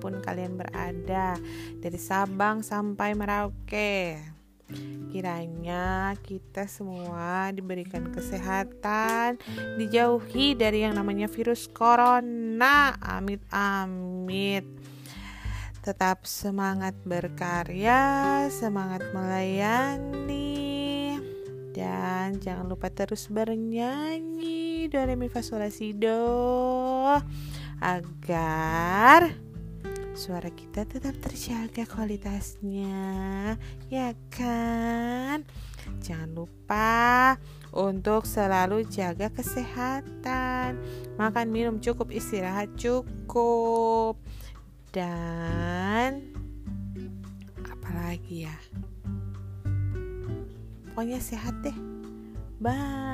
dimanapun kalian berada, dari Sabang sampai Merauke. Kiranya kita semua diberikan kesehatan, dijauhi dari yang namanya virus corona. Amit amit. Tetap semangat berkarya, semangat melayani, dan jangan lupa terus bernyanyi do re mi fa sol la si do agar suara kita tetap terjaga kualitasnya, ya kan? Jangan lupa untuk selalu jaga kesehatan, makan minum cukup, istirahat cukup, dan apalagi ya, pokoknya sehat deh. Bye.